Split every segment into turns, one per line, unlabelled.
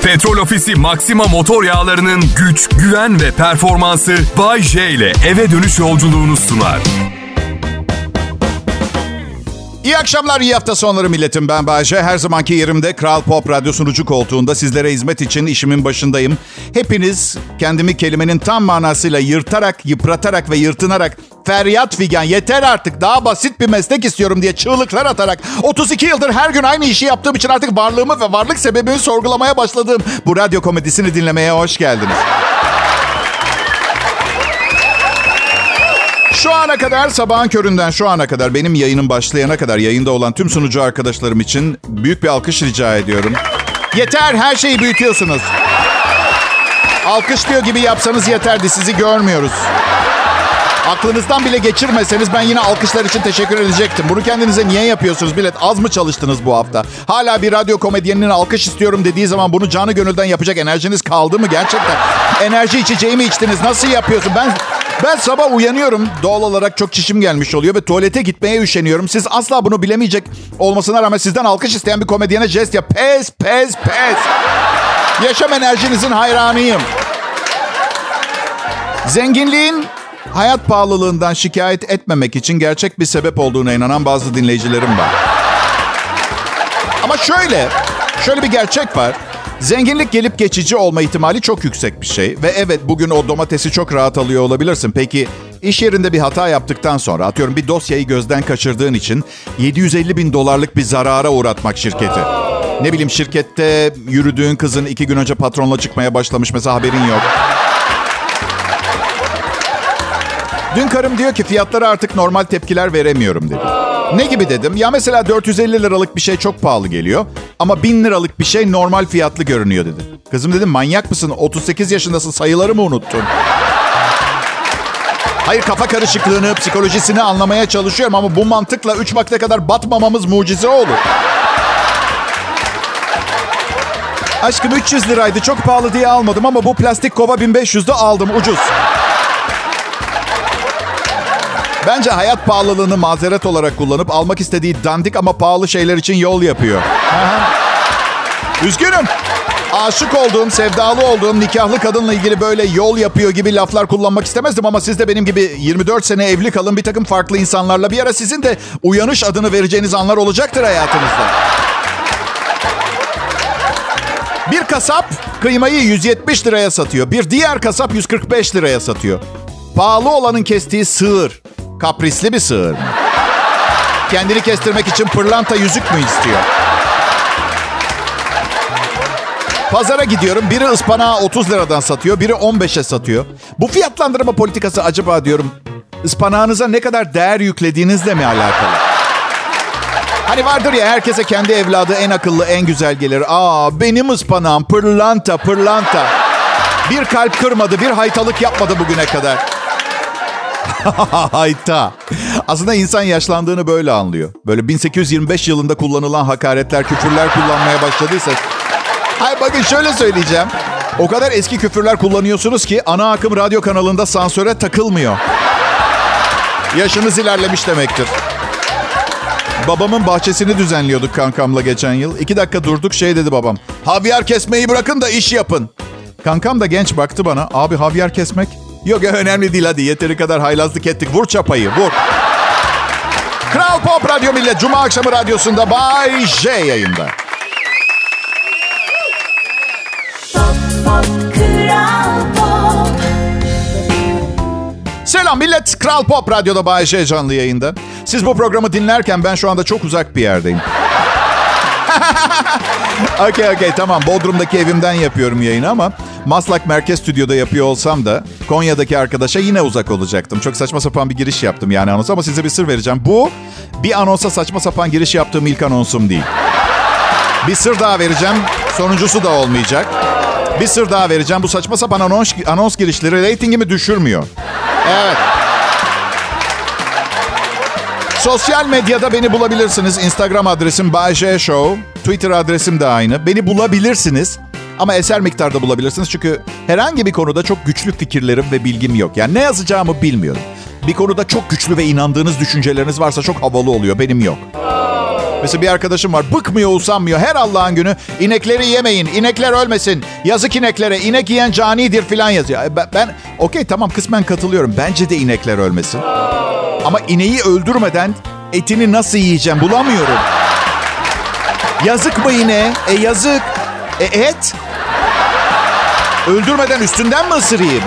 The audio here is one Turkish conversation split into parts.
Petrol Ofisi Maxima motor yağlarının güç, güven ve performansı Bay J ile eve dönüş yolculuğunu sunar.
İyi akşamlar, iyi hafta sonları milletim. Ben Bay J. Her zamanki yerimde Kral Pop Radyo sunucu koltuğunda sizlere hizmet için işimin başındayım. Hepiniz kendimi kelimenin tam manasıyla yırtarak, yıpratarak ve yırtınarak feryat figan yeter artık daha basit bir meslek istiyorum diye çığlıklar atarak 32 yıldır her gün aynı işi yaptığım için artık varlığımı ve varlık sebebimi sorgulamaya başladığım bu radyo komedisini dinlemeye hoş geldiniz. Şu ana kadar, sabahın köründen şu ana kadar, benim yayınım başlayana kadar yayında olan tüm sunucu arkadaşlarım için büyük bir alkış rica ediyorum. Yeter, her şeyi büyütüyorsunuz. Alkış diyor gibi yapsanız yeterdi, sizi görmüyoruz. Aklınızdan bile geçirmeseniz ben yine alkışlar için teşekkür edecektim. Bunu kendinize niye yapıyorsunuz millet? Az mı çalıştınız bu hafta? Hala bir radyo komedyeninin alkış istiyorum dediği zaman bunu canı gönülden yapacak enerjiniz kaldı mı gerçekten? Enerji içeceği mi içtiniz? Nasıl yapıyorsun? Ben sabah uyanıyorum. Doğal olarak çok çişim gelmiş oluyor ve tuvalete gitmeye üşeniyorum. Siz asla bunu bilemeyecek olmasına rağmen sizden alkış isteyen bir komedyene jest yap. Pes. Yaşam enerjinizin hayranıyım. Zenginliğin hayat pahalılığından şikayet etmemek için gerçek bir sebep olduğuna inanan bazı dinleyicilerim var. Ama şöyle bir gerçek var. Zenginlik gelip geçici olma ihtimali çok yüksek bir şey. Ve evet, bugün o domatesi çok rahat alıyor olabilirsin. Peki iş yerinde bir hata yaptıktan sonra, atıyorum bir dosyayı gözden kaçırdığın için $750,000 bir zarara uğratmak şirketi. Ne bileyim, şirkette yürüdüğün kızın 2 gün önce patronla çıkmaya başlamış mesela, haberin yok. Dün karım diyor ki fiyatlara artık normal tepkiler veremiyorum dedi. Ne gibi dedim? Ya mesela 450 liralık bir şey çok pahalı geliyor ama 1000 liralık bir şey normal fiyatlı görünüyor dedi. Kızım dedim, manyak mısın? 38 yaşındasın, sayıları mı unuttun? Hayır, kafa karışıklığını, psikolojisini anlamaya çalışıyorum ama bu mantıkla 3 vakte kadar batmamamız mucize olur. Aşkım 300 liraydı, çok pahalı diye almadım ama bu plastik kova 1500'de aldım, ucuz. Bence hayat pahalılığını mazeret olarak kullanıp almak istediği dandik ama pahalı şeyler için yol yapıyor. Üzgünüm. Aşık olduğum, sevdalı olduğum, nikahlı kadınla ilgili böyle yol yapıyor gibi laflar kullanmak istemezdim ama siz de benim gibi 24 sene evli kalın, bir takım farklı insanlarla bir ara sizin de uyanış adını vereceğiniz anlar olacaktır hayatınızda. Bir kasap kıymayı 170 liraya satıyor. Bir diğer kasap 145 liraya satıyor. Pahalı olanın kestiği sığır. Kaprisli bir sığır mı? Kendini kestirmek için pırlanta yüzük mü istiyor? Pazara gidiyorum. Biri ıspanağı 30 liradan satıyor. Biri 15'e satıyor. Bu fiyatlandırma politikası acaba diyorum ıspanağınıza ne kadar değer yüklediğinizle mi alakalı? Hani vardır ya, herkese kendi evladı en akıllı, en güzel gelir. Benim ıspanağım pırlanta. Bir kalp kırmadı, bir haytalık yapmadı bugüne kadar. Hayta. Aslında insan yaşlandığını böyle anlıyor. Böyle 1825 yılında kullanılan hakaretler, küfürler kullanmaya başladıysa... Hayır, bakın şöyle söyleyeceğim. O kadar eski küfürler kullanıyorsunuz ki ana akım radyo kanalında sansöre takılmıyor. Yaşınız ilerlemiş demektir. Babamın bahçesini düzenliyorduk kankamla geçen yıl. 2 dakika durduk, dedi babam. Havyar kesmeyi bırakın da iş yapın. Kankam da genç baktı bana. Abi, havyar kesmek? Yok ya, önemli değil, hadi yeteri kadar haylazlık ettik. Vur çapayı, vur. Kral Pop Radyo millet. Cuma akşamı radyosunda Bay J yayında. Selam millet. Kral Pop Radyo'da Bay J canlı yayında. Siz bu programı dinlerken ben şu anda çok uzak bir yerdeyim. Okey, tamam. Bodrum'daki evimden yapıyorum yayını ama Maslak Merkez Stüdyo'da yapıyor olsam da Konya'daki arkadaşa yine uzak olacaktım. Çok saçma sapan bir giriş yaptım yani anonsa, ama size bir sır vereceğim. Bu bir anonsa saçma sapan giriş yaptığım ilk anonsum değil. Bir sır daha vereceğim. Sonuncusu da olmayacak. Bir sır daha vereceğim. Bu saçma sapan anons girişleri reytingimi düşürmüyor. Evet. Sosyal medyada beni bulabilirsiniz. Instagram adresim Bay J Show. Twitter adresim de aynı. Beni bulabilirsiniz. Ama eser miktarda bulabilirsiniz. Çünkü herhangi bir konuda çok güçlü fikirlerim ve bilgim yok. Yani ne yazacağımı bilmiyorum. Bir konuda çok güçlü ve inandığınız düşünceleriniz varsa çok havalı oluyor. Benim yok. Mesela bir arkadaşım var. Bıkmıyor, usanmıyor. Her Allah'ın günü inekleri yemeyin, inekler ölmesin. Yazık ineklere, inek yiyen canidir falan yazıyor. Ben okey tamam kısmen katılıyorum. Bence de inekler ölmesin. Ama ineği öldürmeden etini nasıl yiyeceğim bulamıyorum. Yazık mı ineğe? Yazık. Et? Öldürmeden üstünden mi ısırayım?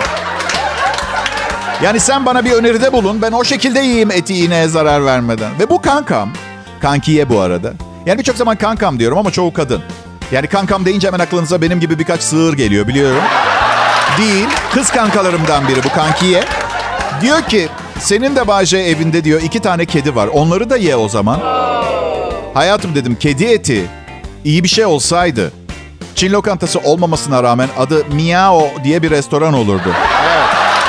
Yani sen bana bir öneride bulun. Ben o şekilde yiyeyim eti ineğe zarar vermeden. Ve bu kankam. Kankiye bu arada. Yani birçok zaman kankam diyorum ama çoğu kadın. Yani kankam deyince hemen aklınıza benim gibi birkaç sığır geliyor biliyorum. Değil. Kız kankalarımdan biri bu kankiye. Diyor ki senin de Bay J evinde diyor 2 tane kedi var. Onları da ye o zaman. Hayatım dedim kedi eti iyi bir şey olsaydı Çin lokantası olmamasına rağmen adı Miao diye bir restoran olurdu. Evet.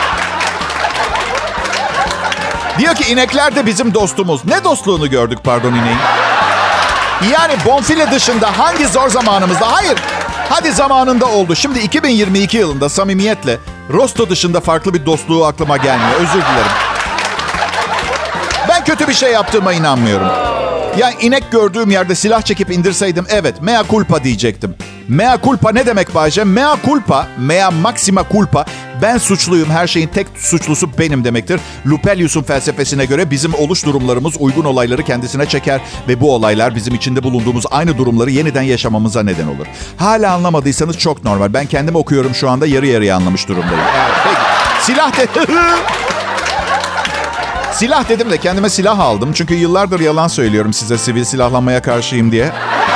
Diyor ki inekler de bizim dostumuz. Ne dostluğunu gördük pardon ineğin? Yani bonfile dışında hangi zor zamanımızda? Hayır. Hadi zamanında oldu. Şimdi 2022 yılında samimiyetle rosto dışında farklı bir dostluğu aklıma gelmiyor. Özür dilerim. Ben kötü bir şey yaptığıma inanmıyorum. Ya inek gördüğüm yerde silah çekip indirseydim evet mea culpa diyecektim. Mea culpa ne demek Bayce? Mea culpa, mea maxima culpa. Ben suçluyum, her şeyin tek suçlusu benim demektir. Lupelius'un felsefesine göre bizim oluş durumlarımız uygun olayları kendisine çeker ve bu olaylar bizim içinde bulunduğumuz aynı durumları yeniden yaşamamıza neden olur. Hala anlamadıysanız çok normal. Ben kendim okuyorum şu anda yarı yarıya anlamış durumdayım. Evet, peki. Silah Silah dedim de kendime silah aldım. Çünkü yıllardır yalan söylüyorum size sivil silahlanmaya karşıyım diye.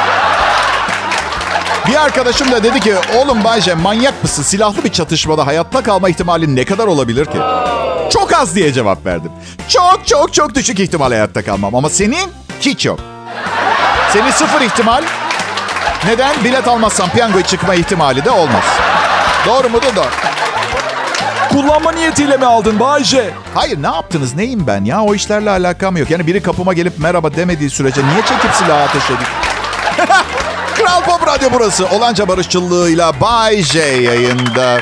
Bir arkadaşım da dedi ki oğlum Bayce manyak mısın? Silahlı bir çatışmada hayatta kalma ihtimali ne kadar olabilir ki? Çok az diye cevap verdim. Çok düşük ihtimal hayatta kalmam. Ama senin hiç yok. Senin 0 ihtimal. Neden? Bilet almazsan piyangoya çıkma ihtimali de olmaz. Doğru mudur? Doğru.
Kullanma niyetiyle mi aldın Bayce?
Hayır ne yaptınız? Neyim ben ya? O işlerle alakam yok. Yani biri kapıma gelip merhaba demediği sürece niye çekip silahı ateş edeyim? Kral Pop Radyo burası. Olanca barışçıllığıyla Bay J yayında.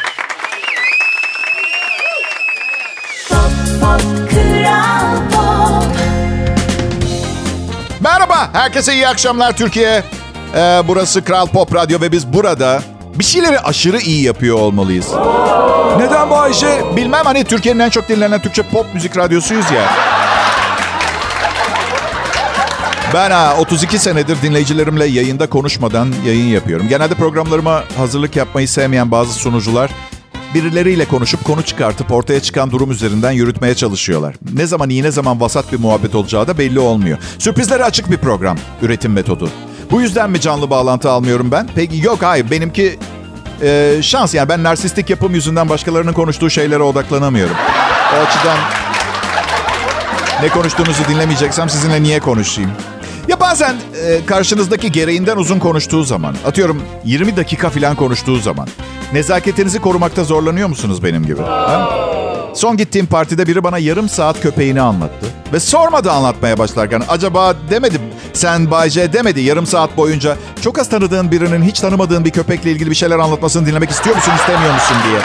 Merhaba. Herkese iyi akşamlar Türkiye. Burası Kral Pop Radyo ve biz burada bir şeyleri aşırı iyi yapıyor olmalıyız.
Neden Bayce?
Bilmem hani Türkiye'nin en çok dinlenen Türkçe pop müzik radyosuyuz ya. Ben 32 senedir dinleyicilerimle yayında konuşmadan yayın yapıyorum. Genelde programlarıma hazırlık yapmayı sevmeyen bazı sunucular birileriyle konuşup konu çıkartıp ortaya çıkan durum üzerinden yürütmeye çalışıyorlar. Ne zaman iyi ne zaman vasat bir muhabbet olacağı da belli olmuyor. Sürprizlere açık bir program, üretim metodu. Bu yüzden mi canlı bağlantı almıyorum ben? Peki yok hayır benimki şans yani ben narsistik yapım yüzünden başkalarının konuştuğu şeylere odaklanamıyorum. O açıdan ne konuştuğunuzu dinlemeyeceksem sizinle niye konuşayım? Ya bazen karşınızdaki gereğinden uzun konuştuğu zaman, atıyorum 20 dakika falan konuştuğu zaman nezaketinizi korumakta zorlanıyor musunuz benim gibi? Ha? Son gittiğim partide biri bana yarım saat köpeğini anlattı. Ve sormadı anlatmaya başlarken. Acaba demedim, sen Bay J demedi yarım saat boyunca. Çok az tanıdığın birinin hiç tanımadığın bir köpekle ilgili bir şeyler anlatmasını dinlemek istiyor musun, istemiyor musun diye.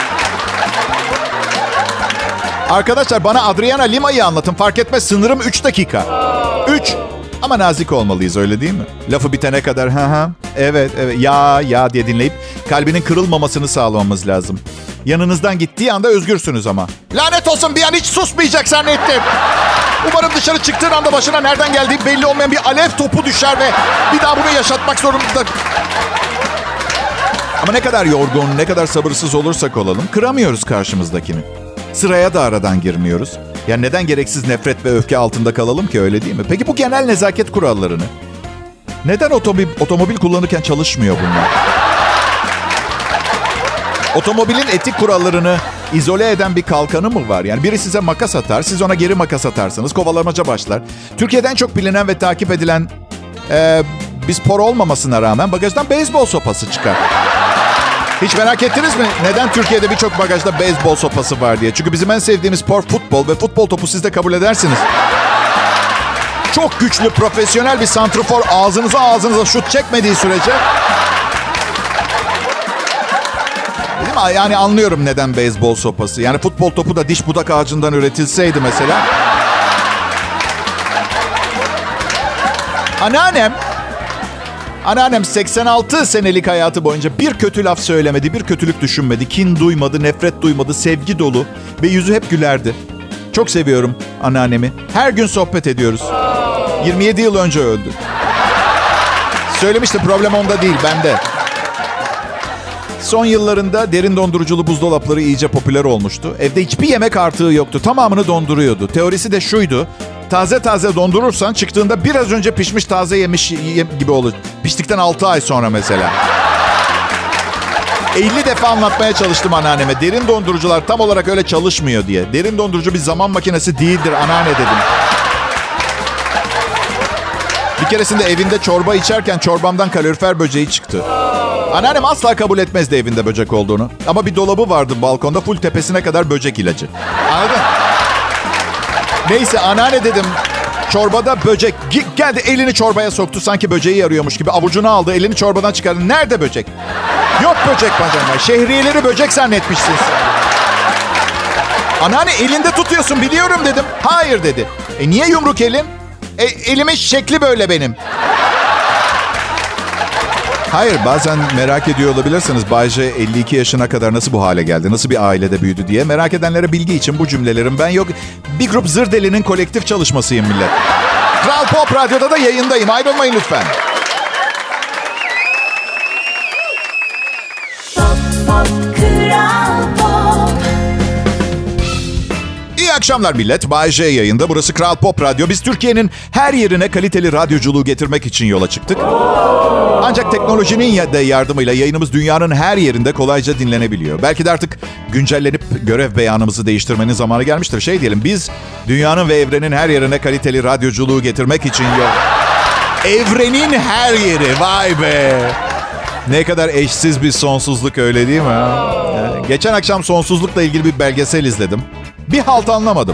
Arkadaşlar bana Adriana Lima'yı anlatın. Fark etmez sınırım 3 dakika. 3. Ama nazik olmalıyız öyle değil mi? Lafı bitene kadar evet ya diye dinleyip kalbinin kırılmamasını sağlamamız lazım. Yanınızdan gittiği anda özgürsünüz ama. Lanet olsun bir an hiç susmayacak zannettim. Umarım dışarı çıktığın anda başına nereden geldiği belli olmayan bir alev topu düşer ve bir daha bunu yaşatmak zorunda. Ama ne kadar yorgun, ne kadar sabırsız olursak olalım kıramıyoruz karşımızdakini. Sıraya da aradan girmiyoruz. Yani neden gereksiz nefret ve öfke altında kalalım ki öyle değil mi? Peki bu genel nezaket kurallarını neden otomobil kullanırken çalışmıyor bunlar? Otomobilin etik kurallarını izole eden bir kalkanı mı var? Yani biri size makas atar, siz ona geri makas atarsınız. Kovalamaca başlar. Türkiye'den çok bilinen ve takip edilen bir spor olmamasına rağmen bagajdan beyzbol sopası çıkar. Hiç merak ettiniz mi? Neden Türkiye'de birçok bagajda beyzbol sopası var diye? Çünkü bizim en sevdiğimiz spor futbol ve futbol topu siz de kabul edersiniz. Çok güçlü, profesyonel bir santrafor ağzınıza şut çekmediği sürece... Değil mi? Yani anlıyorum neden beyzbol sopası. Yani futbol topu da diş budak ağacından üretilseydi mesela... Anneannem 86 senelik hayatı boyunca bir kötü laf söylemedi, bir kötülük düşünmedi, kin duymadı, nefret duymadı, sevgi dolu ve yüzü hep gülerdi. Çok seviyorum anneannemi. Her gün sohbet ediyoruz. 27 yıl önce öldü. Söylemiştim, problem onda değil, bende. Son yıllarında derin donduruculu buzdolapları iyice popüler olmuştu. Evde hiçbir yemek artığı yoktu. Tamamını donduruyordu. Teorisi de şuydu. Taze taze dondurursan çıktığında biraz önce pişmiş taze yemiş gibi olur. Piştikten 6 ay sonra mesela. 50 defa anlatmaya çalıştım anneanneme. Derin dondurucular tam olarak öyle çalışmıyor diye. Derin dondurucu bir zaman makinesi değildir anneanne dedim. Bir keresinde evinde çorba içerken çorbamdan kalorifer böceği çıktı. Anneannem asla kabul etmezdi evinde böcek olduğunu. Ama bir dolabı vardı balkonda, full tepesine kadar böcek ilacı. Anladın? Neyse anneanne dedim, çorbada böcek. Geldi elini çorbaya soktu, sanki böceği arıyormuş gibi. Avucunu aldı, elini çorbadan çıkardı. Nerede böcek? Yok böcek bacana. Şehriyeleri böcek zannetmişsin sen. Anneanne elinde tutuyorsun biliyorum dedim. Hayır dedi. Niye yumruk elin? Elimin şekli böyle benim. Hayır, bazen merak ediyor olabilirsiniz. Bay J 52 yaşına kadar nasıl bu hale geldi? Nasıl bir ailede büyüdü diye. Merak edenlere bilgi için bu cümlelerim. Ben yok, bir grup zır delinin kolektif çalışmasıyım millet. Kral Pop Radyo'da da yayındayım. Ayrılmayın lütfen. İyi akşamlar millet. Bay J yayında. Burası Kral Pop Radyo. Biz Türkiye'nin her yerine kaliteli radyoculuğu getirmek için yola çıktık. Ancak teknolojinin de yardımıyla yayınımız dünyanın her yerinde kolayca dinlenebiliyor. Belki de artık güncellenip görev beyanımızı değiştirmenin zamanı gelmiştir. Şey diyelim, biz dünyanın ve evrenin her yerine kaliteli radyoculuğu getirmek için Evrenin her yeri, vay be. Ne kadar eşsiz bir sonsuzluk, öyle değil mi? Yani geçen akşam sonsuzlukla ilgili bir belgesel izledim. Bir halt anlamadım.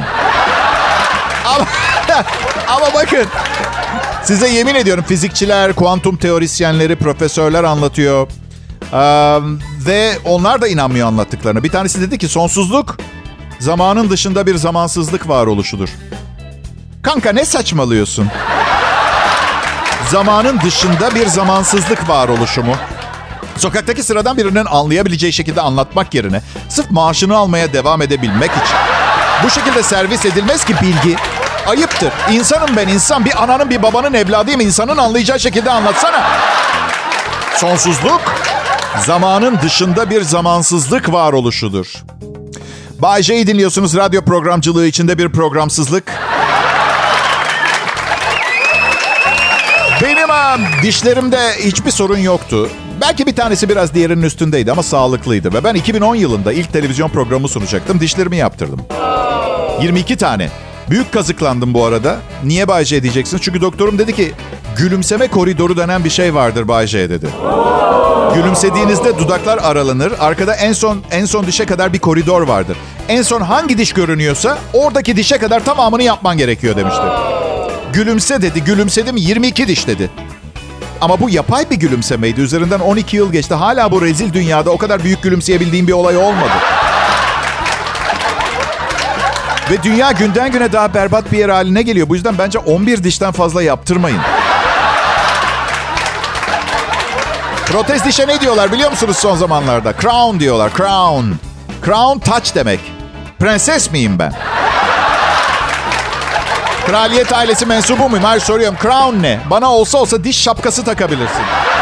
Ama bakın, size yemin ediyorum fizikçiler, kuantum teorisyenleri, profesörler anlatıyor. Ve onlar da inanmıyor anlattıklarına. Bir tanesi dedi ki sonsuzluk zamanın dışında bir zamansızlık varoluşudur. Kanka ne saçmalıyorsun? Zamanın dışında bir zamansızlık varoluşu mu? Sokaktaki sıradan birinin anlayabileceği şekilde anlatmak yerine sırf maaşını almaya devam edebilmek için bu şekilde servis edilmez ki bilgi. Ayıptır. İnsanım ben, insan. Bir ananın bir babanın evladıyım. İnsanın anlayacağı şekilde anlatsana. Sonsuzluk zamanın dışında bir zamansızlık varoluşudur. Bay J'yi dinliyorsunuz. Radyo programcılığı içinde bir programsızlık. Benim dişlerimde hiçbir sorun yoktu. Belki bir tanesi biraz diğerinin üstündeydi ama sağlıklıydı. Ve ben 2010 yılında ilk televizyon programı sunacaktım. Dişlerimi yaptırdım. 22 tane. Büyük kazıklandım bu arada. Niye Bay J diyeceksiniz? Çünkü doktorum dedi ki gülümseme koridoru denen bir şey vardır Bay J dedi. Gülümsediğinizde dudaklar aralanır. Arkada en son dişe kadar bir koridor vardır. En son hangi diş görünüyorsa oradaki dişe kadar tamamını yapman gerekiyor demişti. Gülümse dedi. Gülümsedim, 22 diş dedi. Ama bu yapay bir gülümsemeydi. Üzerinden 12 yıl geçti. Hala bu rezil dünyada o kadar büyük gülümseyebildiğim bir olay olmadı. Ve dünya günden güne daha berbat bir yer haline geliyor. Bu yüzden bence 11 dişten fazla yaptırmayın. Protez dişe ne diyorlar biliyor musunuz son zamanlarda? Crown diyorlar. Crown. Crown touch demek. Prenses miyim ben? Kraliyet ailesi mensubu muyum? Hayır, soruyorum. Crown ne? Bana olsa diş şapkası takabilirsin.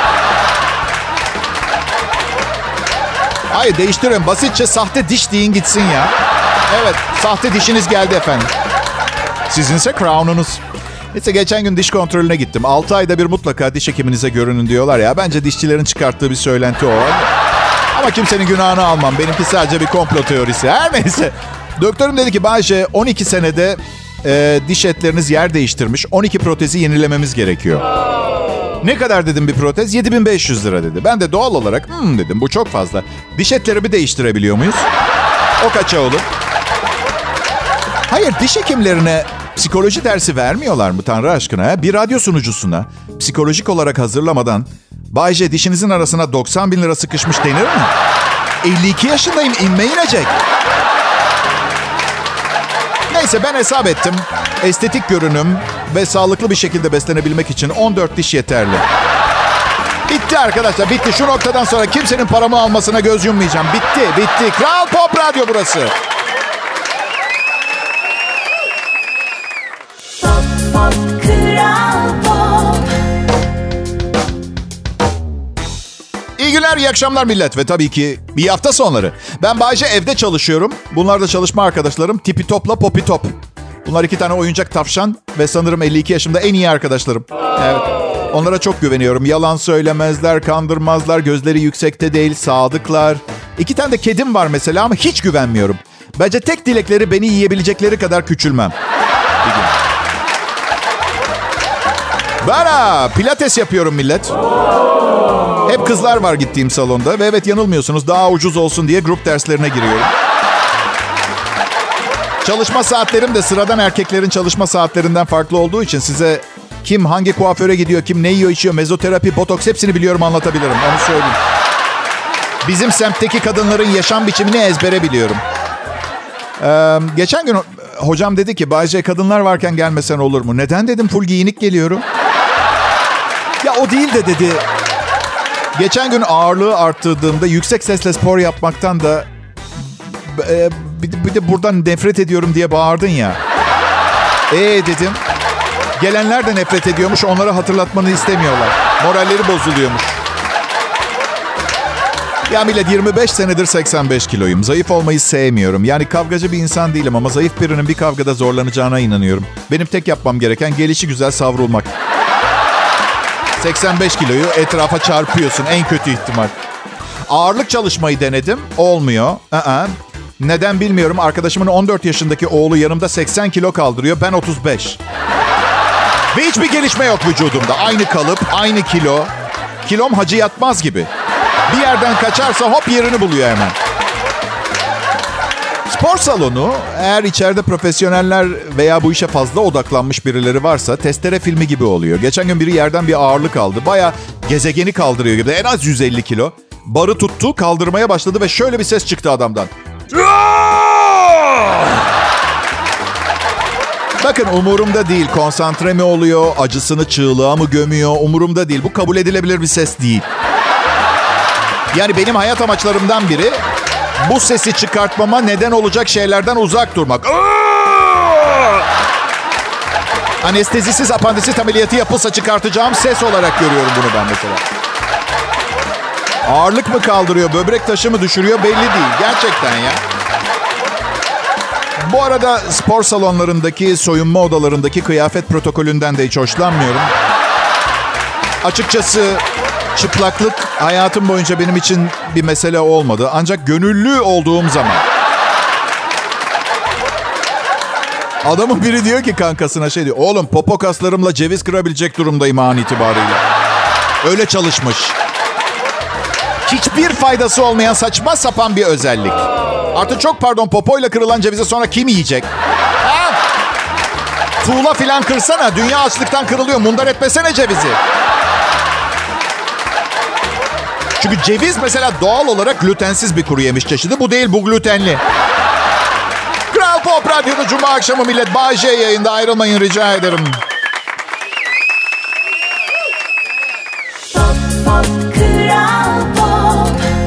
Hayır, değiştiriyorum. Basitçe sahte diş deyin gitsin ya. Evet, sahte dişiniz geldi efendim. Sizinse crown'unuz. Neyse, geçen gün diş kontrolüne gittim. 6 ayda bir mutlaka diş hekiminize görünün diyorlar ya. Bence dişçilerin çıkarttığı bir söylenti o. Ama kimsenin günahını almam. Benimki sadece bir komplo teorisi. Her neyse. Doktorum dedi ki Bayce 12 senede diş etleriniz yer değiştirmiş. 12 protezi yenilememiz gerekiyor. Ne kadar dedim bir protez? 7.500 lira dedi. Ben de doğal olarak dedim bu çok fazla. Diş etlerimi değiştirebiliyor muyuz? O kaça olur? Hayır, diş hekimlerine psikoloji dersi vermiyorlar mı Tanrı aşkına? Bir radyo sunucusuna psikolojik olarak hazırlamadan Bay J dişinizin arasına 90 bin lira sıkışmış denir mi? 52 yaşındayım, inme inecek. Neyse ben hesap ettim. Estetik görünüm ve sağlıklı bir şekilde beslenebilmek için 14 diş yeterli. Bitti arkadaşlar, bitti. Şu noktadan sonra kimsenin paramı almasına göz yummayacağım. Bitti. Kral Pop Radyo burası. İyi günler, iyi akşamlar millet ve tabii ki bir hafta sonları. Ben Bayce, evde çalışıyorum. Bunlar da çalışma arkadaşlarım. Tipi Top'la Popi Top. Bunlar 2 tane oyuncak tavşan ve sanırım 52 yaşımda en iyi arkadaşlarım. Evet. Onlara çok güveniyorum. Yalan söylemezler, kandırmazlar, gözleri yüksekte değil, sadıklar. 2 tane de kedim var mesela ama hiç güvenmiyorum. Bence tek dilekleri beni yiyebilecekleri kadar küçülmem. Bir gün. Ben pilates yapıyorum millet. Hep kızlar var gittiğim salonda ve evet yanılmıyorsunuz, daha ucuz olsun diye grup derslerine giriyorum. Çalışma saatlerim de sıradan erkeklerin çalışma saatlerinden farklı olduğu için size kim hangi kuaföre gidiyor, kim ne yiyor içiyor, mezoterapi, botoks hepsini biliyorum, anlatabilirim. Onu söyleyeyim. Bizim semtteki kadınların yaşam biçimini ezbere biliyorum. Geçen gün hocam dedi ki, Bayce kadınlar varken gelmesen olur mu? Neden dedim, full giyinik geliyorum. Ya o değil de dedi. Geçen gün ağırlığı arttırdığımda yüksek sesle spor yapmaktan da bir de buradan nefret ediyorum diye bağırdın ya. Dedim. Gelenler de nefret ediyormuş, onlara hatırlatmanı istemiyorlar. Moralleri bozuluyormuş. Ya millet, 25 senedir 85 kiloyum. Zayıf olmayı sevmiyorum. Yani kavgacı bir insan değilim ama zayıf birinin bir kavgada zorlanacağına inanıyorum. Benim tek yapmam gereken gelişigüzel savrulmak. 85 kiloyu etrafa çarpıyorsun en kötü ihtimal. Ağırlık çalışmayı denedim. Olmuyor. Neden bilmiyorum. Arkadaşımın 14 yaşındaki oğlu yanımda 80 kilo kaldırıyor. Ben 35. Ve hiçbir gelişme yok vücudumda. Aynı kalıp, aynı kilo. Kilom Hacı Yatmaz gibi. Bir yerden kaçarsa hop yerini buluyor hemen. Spor salonu, eğer içeride profesyoneller veya bu işe fazla odaklanmış birileri varsa testere filmi gibi oluyor. Geçen gün biri yerden bir ağırlık aldı. Bayağı gezegeni kaldırıyor gibi. En az 150 kilo. Barı tuttu, kaldırmaya başladı ve şöyle bir ses çıktı adamdan. Bakın umurumda değil. Konsantre mi oluyor, acısını çığlığa mı gömüyor, umurumda değil. Bu kabul edilebilir bir ses değil. Yani benim hayat amaçlarımdan biri bu sesi çıkartmama neden olacak şeylerden uzak durmak. Anestezisiz apandisit ameliyatı yapılsa çıkartacağım ses olarak görüyorum bunu ben mesela. Ağırlık mı kaldırıyor, böbrek taşı mı düşürüyor belli değil. Gerçekten ya. Bu arada spor salonlarındaki, soyunma odalarındaki kıyafet protokolünden de hiç hoşlanmıyorum. Açıkçası çıplaklık hayatım boyunca benim için bir mesele olmadı. Ancak gönüllü olduğum zaman. Adamın biri diyor ki kankasına şey diyor. Oğlum popo kaslarımla ceviz kırabilecek durumdayım an itibariyle. Öyle çalışmış. Hiçbir faydası olmayan saçma sapan bir özellik. Artık çok pardon, popoyla kırılan cevizi sonra kim yiyecek? Ha? Tuğla filan kırsana. Dünya açlıktan kırılıyor. Mundar etmesene cevizi. Çünkü ceviz mesela doğal olarak glutensiz bir kuru yemiş çeşidi. Bu değil, bu glutenli. Kral Pop Radyo'da Cuma akşamı millet. Bay J yayında, ayrılmayın rica ederim.
Pop, pop, Kral Pop.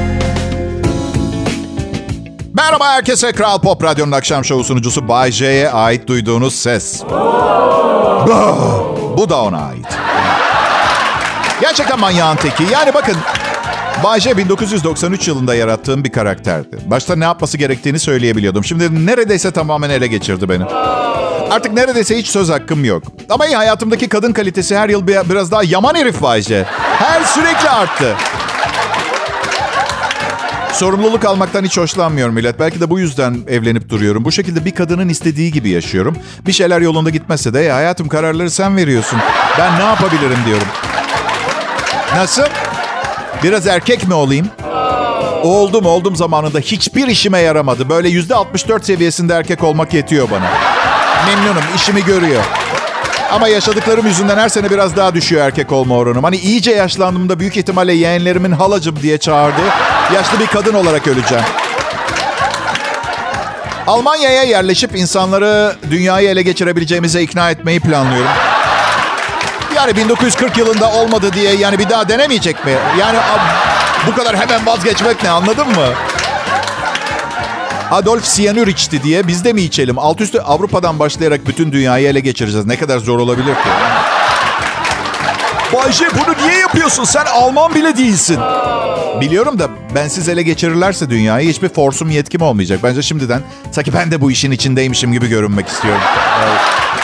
Merhaba herkese, Kral Pop Radyo'nun akşam şovu sunucusu Bay J'ye ait duyduğunuz ses. Bu da ona ait. Gerçekten manyağın teki. Yani bakın, Bay J 1993 yılında yarattığım bir karakterdi. Başta ne yapması gerektiğini söyleyebiliyordum. Şimdi neredeyse tamamen ele geçirdi beni. Artık neredeyse hiç söz hakkım yok. Ama iyi, hayatımdaki kadın kalitesi her yıl biraz daha yaman herif Bay J. Sürekli arttı. Sorumluluk almaktan hiç hoşlanmıyorum millet. Belki de bu yüzden evlenip duruyorum. Bu şekilde bir kadının istediği gibi yaşıyorum. Bir şeyler yolunda gitmezse de hayatım kararları sen veriyorsun. Ben ne yapabilirim diyorum. Nasıl? Biraz erkek mi olayım? Oldum zamanında. Hiçbir işime yaramadı. Böyle %64 seviyesinde erkek olmak yetiyor bana. Memnunum, işimi görüyor. Ama yaşadıklarım yüzünden her sene biraz daha düşüyor erkek olma oranım. Hani iyice yaşlandığımda büyük ihtimalle yeğenlerimin halacım diye çağırdığı yaşlı bir kadın olarak öleceğim. Almanya'ya yerleşip insanları dünyayı ele geçirebileceğimize ikna etmeyi planlıyorum. Yani 1940 yılında olmadı diye yani bir daha denemeyecek mi? Yani bu kadar hemen vazgeçmek ne, anladın mı? Adolf siyanür içti diye biz de mi içelim? Alt üstü Avrupa'dan başlayarak bütün dünyayı ele geçireceğiz. Ne kadar zor olabilir ki?
Bay J, bunu niye yapıyorsun? Sen Alman bile değilsin.
Biliyorum da bensiz ele geçirirlerse dünyayı hiçbir forsum yetkim olmayacak. Bence şimdiden sanki ben de bu işin içindeymişim gibi görünmek istiyorum. Evet.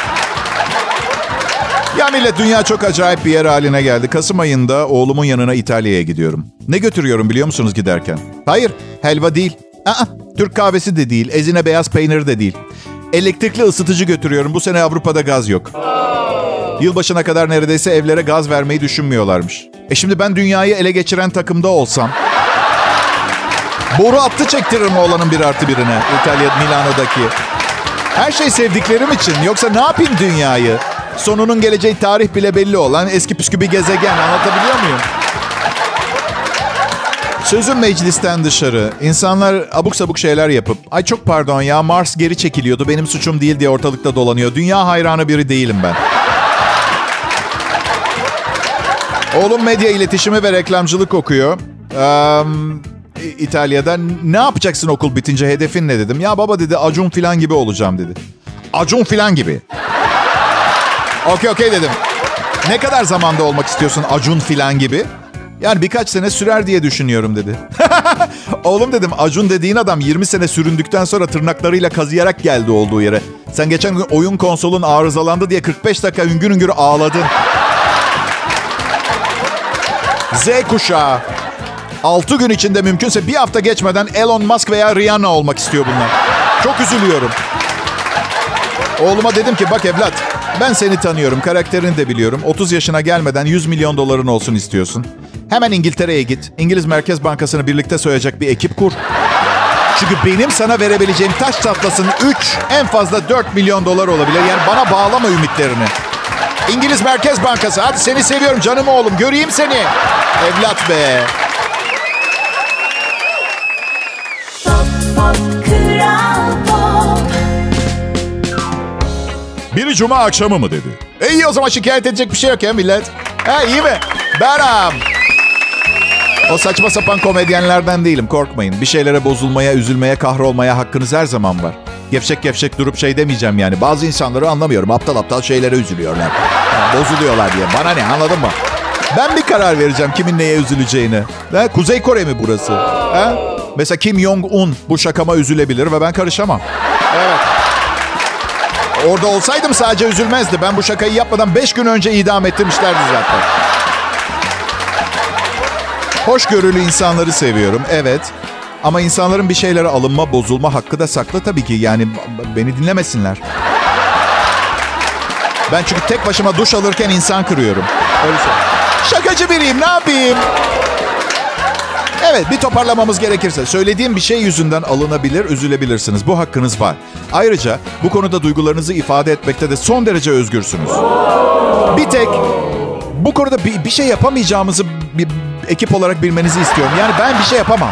Ya millet, dünya çok acayip bir yer haline geldi. Kasım ayında oğlumun yanına İtalya'ya gidiyorum. Ne götürüyorum biliyor musunuz giderken? Hayır, helva değil. Türk kahvesi de değil. Ezine beyaz peynir de değil. Elektrikli ısıtıcı götürüyorum. Bu sene Avrupa'da gaz yok. Yılbaşına kadar neredeyse evlere gaz vermeyi düşünmüyorlarmış. Şimdi ben dünyayı ele geçiren takımda olsam... boru hattı çektiririm oğlanın 1+1'ine. İtalya, Milano'daki. Her şey sevdiklerim için. Yoksa ne yapayım dünyayı? Sonunun geleceği tarih bile belli olan eski püskü bir gezegen. Anlatabiliyor muyum? Sözüm meclisten dışarı. İnsanlar abuk sabuk şeyler yapıp... Ay çok pardon ya, Mars geri çekiliyordu, benim suçum değil diye ortalıkta dolanıyor. Dünya hayranı biri değilim ben. Oğlum medya iletişimi ve reklamcılık okuyor. İtalya'da. Ne yapacaksın okul bitince, hedefin ne dedim. Ya baba dedi, Acun filan gibi olacağım dedi. Acun filan gibi. Okey dedim. Ne kadar zamanda olmak istiyorsun Acun filan gibi? Yani birkaç sene sürer diye düşünüyorum dedi. Oğlum dedim, Acun dediğin adam 20 sene süründükten sonra tırnaklarıyla kazıyarak geldi olduğu yere. Sen geçen gün oyun konsolun arızalandı diye 45 dakika hüngür hüngür ağladın. Z kuşağı. 6 gün içinde mümkünse bir hafta geçmeden Elon Musk veya Rihanna olmak istiyor bunlar. Çok üzülüyorum. Oğluma dedim ki bak evlat, ben seni tanıyorum, karakterini de biliyorum. 30 yaşına gelmeden 100 milyon doların olsun istiyorsun. Hemen İngiltere'ye git. İngiliz Merkez Bankası'nı birlikte soyacak bir ekip kur. Çünkü benim sana verebileceğim taş çatlasın 3, en fazla 4 milyon dolar olabilir. Yani bana bağlama ümitlerini. İngiliz Merkez Bankası, hadi seni seviyorum canım oğlum, göreyim seni. Evlat be. Biri cuma akşamı mı dedi? İyi, o zaman şikayet edecek bir şey yok ya millet. İyi mi? Benim. O saçma sapan komedyenlerden değilim, korkmayın. Bir şeylere bozulmaya, üzülmeye, kahrolmaya hakkınız her zaman var. Gevşek gevşek durup şey demeyeceğim yani. Bazı insanları anlamıyorum. Aptal aptal şeylere üzülüyorlar. Yani bozuluyorlar diye. Bana ne, anladın mı? Ben bir karar vereceğim kimin neye üzüleceğini. Kuzey Kore mi burası? Mesela Kim Jong-un bu şakama üzülebilir ve ben karışamam. Evet. Orada olsaydım sadece üzülmezdi. Ben bu şakayı yapmadan 5 gün önce idam ettirmişlerdi zaten. Hoşgörülü insanları seviyorum, evet. Ama insanların bir şeylere alınma, bozulma hakkı da saklı tabii ki. Yani beni dinlemesinler. Ben çünkü tek başıma duş alırken insan kırıyorum. Öyle şey. Şakacı biriyim, ne yapayım? Evet, bir toparlamamız gerekirse. Söylediğim bir şey yüzünden alınabilir, üzülebilirsiniz. Bu hakkınız var. Ayrıca bu konuda duygularınızı ifade etmekte de son derece özgürsünüz. Bir tek bu konuda bir şey yapamayacağımızı bir ekip olarak bilmenizi istiyorum. Yani ben bir şey yapamam.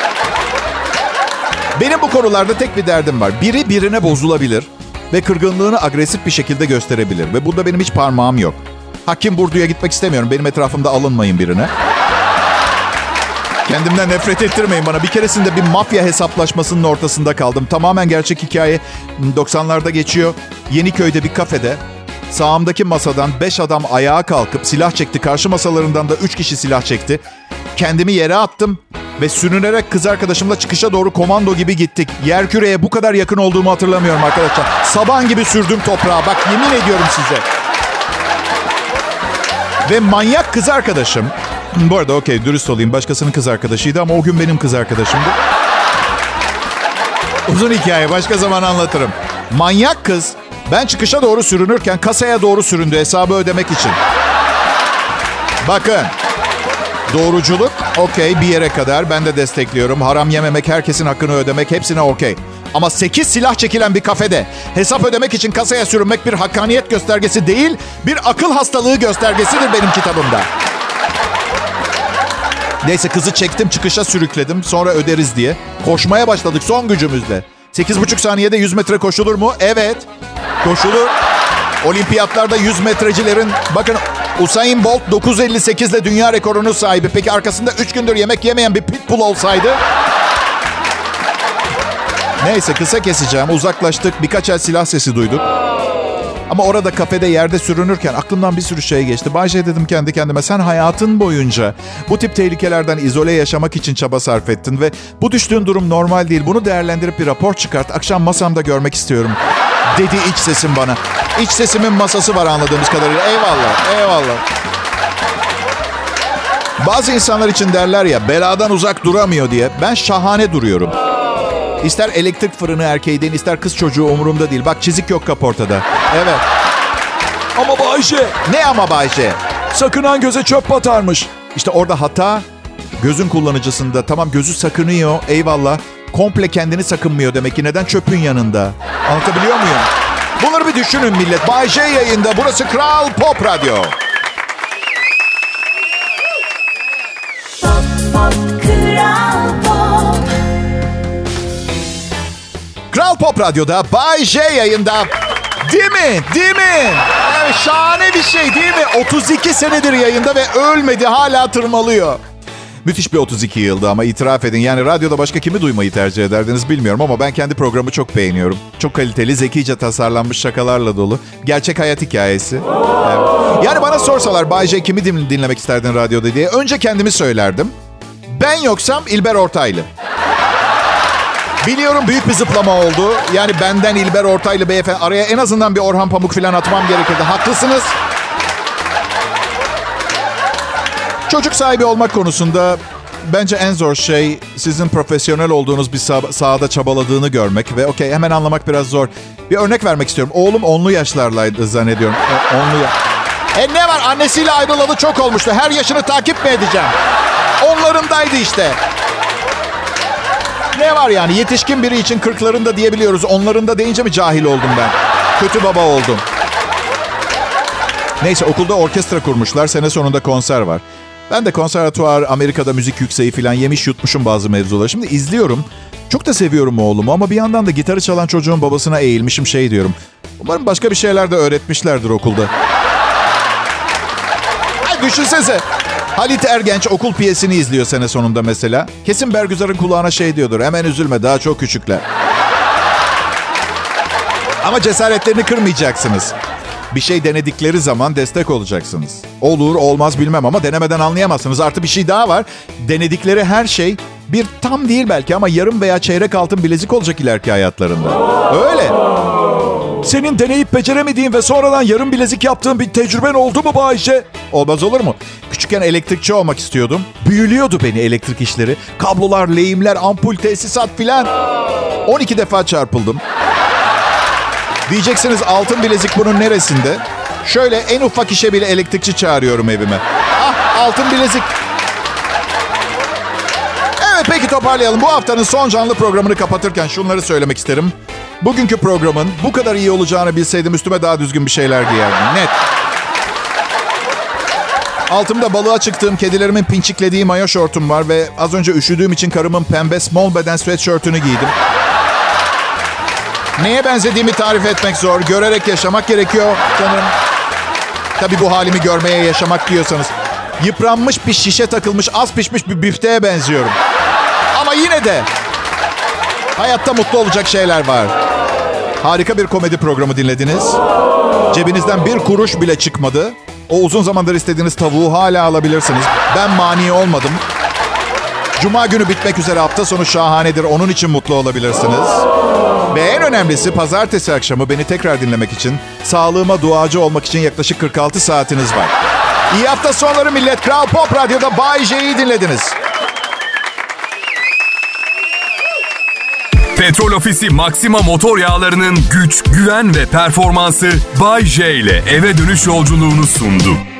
Benim bu konularda tek bir derdim var. Biri birine bozulabilir ve kırgınlığını agresif bir şekilde gösterebilir. Ve bunda benim hiç parmağım yok. Hakim Burdu'ya gitmek istemiyorum. Benim etrafımda alınmayın birine. Kendimden nefret ettirmeyin bana. Bir keresinde bir mafya hesaplaşmasının ortasında kaldım. Tamamen gerçek hikaye. 90'larda geçiyor. Yeniköy'de bir kafede. Sağımdaki masadan 5 adam ayağa kalkıp silah çekti. Karşı masalarından da 3 kişi silah çekti. Kendimi yere attım ve sürünerek kız arkadaşımla çıkışa doğru komando gibi gittik. Yerküre'ye bu kadar yakın olduğumu hatırlamıyorum arkadaşlar. Saban gibi sürdüm toprağa. Bak yemin ediyorum size. Ve manyak kız arkadaşım... Bu arada okey, dürüst olayım. Başkasının kız arkadaşıydı ama o gün benim kız arkadaşımdı. Uzun hikaye, başka zaman anlatırım. Manyak kız, ben çıkışa doğru sürünürken kasaya doğru süründü hesabı ödemek için. Bakın, doğruculuk okey bir yere kadar, ben de destekliyorum. Haram yememek, herkesin hakkını ödemek, hepsine okey. Ama 8 silah çekilen bir kafede hesap ödemek için kasaya sürünmek bir hakkaniyet göstergesi değil, bir akıl hastalığı göstergesidir benim kitabımda. Neyse, kızı çektim, çıkışa sürükledim. Sonra öderiz diye. Koşmaya başladık son gücümüzle. 8,5 saniyede 100 metre koşulur mu? Evet. Koşulur. Olimpiyatlarda 100 metrecilerin... Bakın Usain Bolt 9.58 ile dünya rekorunun sahibi. Peki arkasında 3 gündür yemek yemeyen bir pitbull olsaydı? Neyse, kısa keseceğim. Uzaklaştık. Birkaç el silah sesi duyduk. Ama orada kafede yerde sürünürken aklımdan bir sürü şey geçti. Bay J dedim kendi kendime, sen hayatın boyunca bu tip tehlikelerden izole yaşamak için çaba sarf ettin ve bu düştüğün durum normal değil. Bunu değerlendirip bir rapor çıkart. Akşam masamda görmek istiyorum. Dedi iç sesim bana. İç sesimin masası var anladığımız kadarıyla. Eyvallah, eyvallah. Bazı insanlar için derler ya, beladan uzak duramıyor diye. Ben şahane duruyorum. İster elektrik fırını erkeğiydin, ister kız çocuğu umurumda değil. Bak, çizik yok kaportada. Evet.
Ama Bay J.
Ne ama Bay J?
Sakınan göze çöp batarmış.
İşte orada hata gözün kullanıcısında. Tamam, gözü sakınıyor, eyvallah. Komple kendini sakınmıyor demek ki. Neden çöpün yanında? Anlatabiliyor muyum? Bunları bir düşünün millet. Bay J yayında. Burası Kral Pop Radyo. Kral Pop Radyo'da Bay J yayında. Değil mi? Değil mi? Evet, şahane bir şey değil mi? 32 senedir yayında ve ölmedi, hala tırmalıyor. Müthiş bir 32 yıldı ama itiraf edin. Yani radyoda başka kimi duymayı tercih ederdiniz bilmiyorum ama ben kendi programı çok beğeniyorum. Çok kaliteli, zekice tasarlanmış şakalarla dolu. Gerçek hayat hikayesi. Evet. Yani bana sorsalar Bay J kimi dinlemek isterdin radyoda diye, önce kendimi söylerdim. Ben yoksam İlber Ortaylı. Biliyorum büyük bir zıplama oldu. Yani benden İlber Ortaylı beyefendi. Araya en azından bir Orhan Pamuk falan atmam gerekirdi. Haklısınız. Çocuk sahibi olmak konusunda bence en zor şey sizin profesyonel olduğunuz bir sahada çabaladığını görmek. Ve okey, hemen anlamak biraz zor. Bir örnek vermek istiyorum. Oğlum 10'lu yaşlarlaydı zannediyorum. 10'lu ne var, annesiyle ayrılalı çok olmuştu. Her yaşını takip mi edeceğim? Onlarındaydı işte. Ne var yani, yetişkin biri için 40'larında diyebiliyoruz. Onlarında deyince mi cahil oldum ben? Kötü baba oldum. Neyse, okulda orkestra kurmuşlar. Sene sonunda konser var. Ben de konservatuvar, Amerika'da müzik yükseği falan yemiş yutmuşum bazı mevzuları. Şimdi izliyorum. Çok da seviyorum oğlumu ama bir yandan da gitarı çalan çocuğun babasına eğilmişim, şey diyorum. Umarım başka bir şeyler de öğretmişlerdir okulda. Ay, düşünsenize. Halit Ergenç okul piyesini izliyor sene sonunda mesela. Kesin Bergüzar'ın kulağına şey diyordur. Hemen üzülme, daha çok küçükler. Ama cesaretlerini kırmayacaksınız. Bir şey denedikleri zaman destek olacaksınız. Olur olmaz bilmem ama denemeden anlayamazsınız. Artı bir şey daha var. Denedikleri her şey bir tam değil belki ama yarım veya çeyrek altın bilezik olacak ileriki hayatlarında. Öyle.
Senin deneyip beceremediğin ve sonradan yarım bilezik yaptığın bir tecrüben oldu mu Bay J?
Olmaz olur mu? Küçükken elektrikçi olmak istiyordum. Büyülüyordu beni elektrik işleri. Kablolar, lehimler, ampul, tesisat filan. 12 defa çarpıldım. Diyeceksiniz altın bilezik bunun neresinde? Şöyle, en ufak işe bile elektrikçi çağırıyorum evime. Ah, altın bilezik. Evet, peki toparlayalım. Bu haftanın son canlı programını kapatırken şunları söylemek isterim. Bugünkü programın bu kadar iyi olacağını bilseydim üstüme daha düzgün bir şeyler giyerdim. Net. Altımda balığa çıktığım, kedilerimin pinçiklediği mayo şortum var ve az önce üşüdüğüm için karımın pembe small beden sweatshirt'ünü giydim. Neye benzediğimi tarif etmek zor. Görerek yaşamak gerekiyor sanırım. Tabii bu halimi görmeye yaşamak diyorsanız. Yıpranmış bir şişe takılmış, az pişmiş bir bifteğe benziyorum. Ama yine de hayatta mutlu olacak şeyler var. Harika bir komedi programı dinlediniz. Cebinizden bir kuruş bile çıkmadı. O uzun zamandır istediğiniz tavuğu hala alabilirsiniz. Ben mani olmadım. Cuma günü bitmek üzere, hafta sonu şahanedir. Onun için mutlu olabilirsiniz. Ve en önemlisi, pazartesi akşamı beni tekrar dinlemek için, sağlığıma duacı olmak için yaklaşık 46 saatiniz var. İyi hafta sonları millet. Kral Pop Radyo'da Bay J'yi dinlediniz.
Petrol Ofisi Maxima motor yağlarının güç, güven ve performansı Bay J ile eve dönüş yolculuğunu sundu.